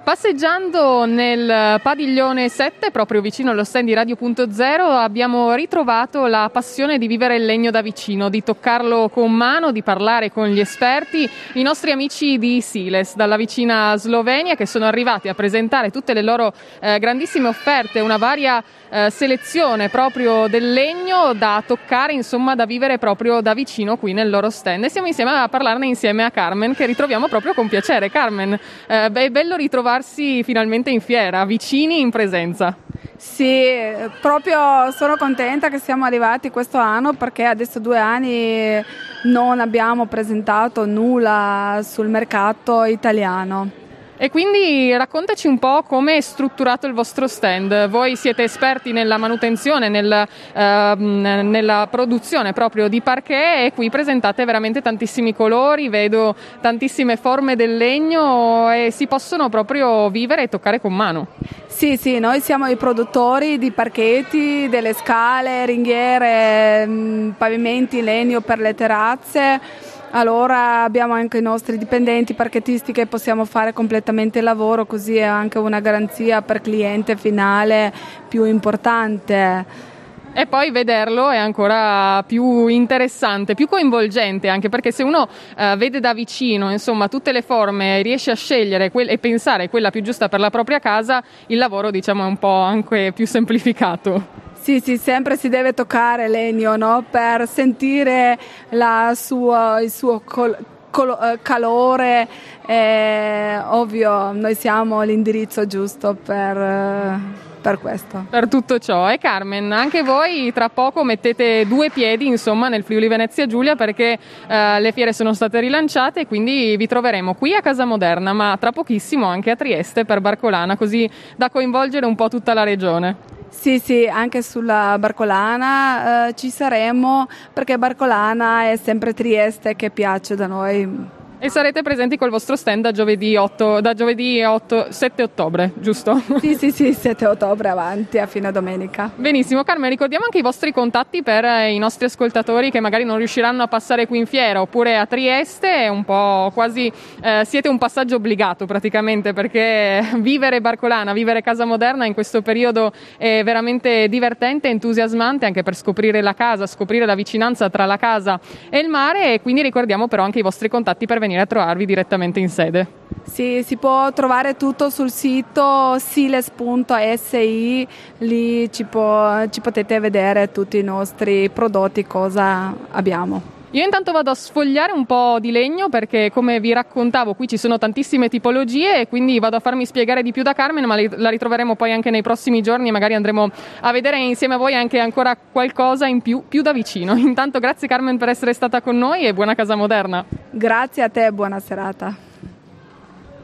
Passeggiando nel padiglione 7, proprio vicino allo stand di Radio.0, abbiamo ritrovato la passione di vivere il legno da vicino, di toccarlo con mano, di parlare con gli esperti, i nostri amici di Siles, dalla vicina Slovenia, che sono arrivati a presentare tutte le loro grandissime offerte, una varia selezione proprio del legno da toccare, insomma da vivere proprio da vicino qui nel loro stand. E siamo insieme a parlarne insieme a Carmen, che ritroviamo proprio con piacere. Carmen, è bello ritrovarsi finalmente in fiera, vicini in presenza. Sì, proprio sono contenta che siamo arrivati questo anno, perché adesso 2 anni non abbiamo presentato nulla sul mercato italiano. E quindi raccontaci un po' come è strutturato il vostro stand. Voi siete esperti nella manutenzione, nella produzione proprio di parquet, e qui presentate veramente tantissimi colori, vedo tantissime forme del legno e si possono proprio vivere e toccare con mano. Sì, noi siamo i produttori di parchetti, delle scale, ringhiere, pavimenti in legno per le terrazze. Allora abbiamo anche i nostri dipendenti parchettisti che possiamo fare completamente il lavoro, così è anche una garanzia per cliente finale più importante. E poi vederlo è ancora più interessante, più coinvolgente, anche perché se uno vede da vicino, insomma, tutte le forme e riesce a scegliere e pensare quella più giusta per la propria casa, il lavoro, diciamo, è un po' anche più semplificato. Sì, sempre si deve toccare legno, no? Per sentire il suo calore. Ovvio, noi siamo l'indirizzo giusto per questo. Per tutto ciò. E Carmen, anche voi tra poco mettete 2 piedi, insomma, nel Friuli Venezia Giulia, perché le fiere sono state rilanciate e quindi vi troveremo qui a Casa Moderna, ma tra pochissimo anche a Trieste per Barcolana, così da coinvolgere un po' tutta la regione. Sì, anche sulla Barcolana ci saremo, perché Barcolana è sempre Trieste che piace da noi. E sarete presenti col vostro stand da giovedì 7 ottobre, giusto? Sì, 7 ottobre avanti a fine domenica. Benissimo, Carmen, ricordiamo anche i vostri contatti per i nostri ascoltatori che magari non riusciranno a passare qui in fiera oppure a Trieste. È un po' quasi siete un passaggio obbligato praticamente, perché vivere Barcolana, vivere Casa Moderna in questo periodo è veramente divertente, entusiasmante anche per scoprire la casa, scoprire la vicinanza tra la casa e il mare, e quindi ricordiamo però anche i vostri contatti per venire a trovarvi direttamente in sede. Sì, si può trovare tutto sul sito siles.si, lì ci potete vedere tutti i nostri prodotti, cosa abbiamo. Io intanto vado a sfogliare un po' di legno, perché come vi raccontavo qui ci sono tantissime tipologie, e quindi vado a farmi spiegare di più da Carmen, ma la ritroveremo poi anche nei prossimi giorni e magari andremo a vedere insieme a voi anche ancora qualcosa in più da vicino. Intanto grazie Carmen per essere stata con noi e buona Casa Moderna. Grazie a te, buona serata.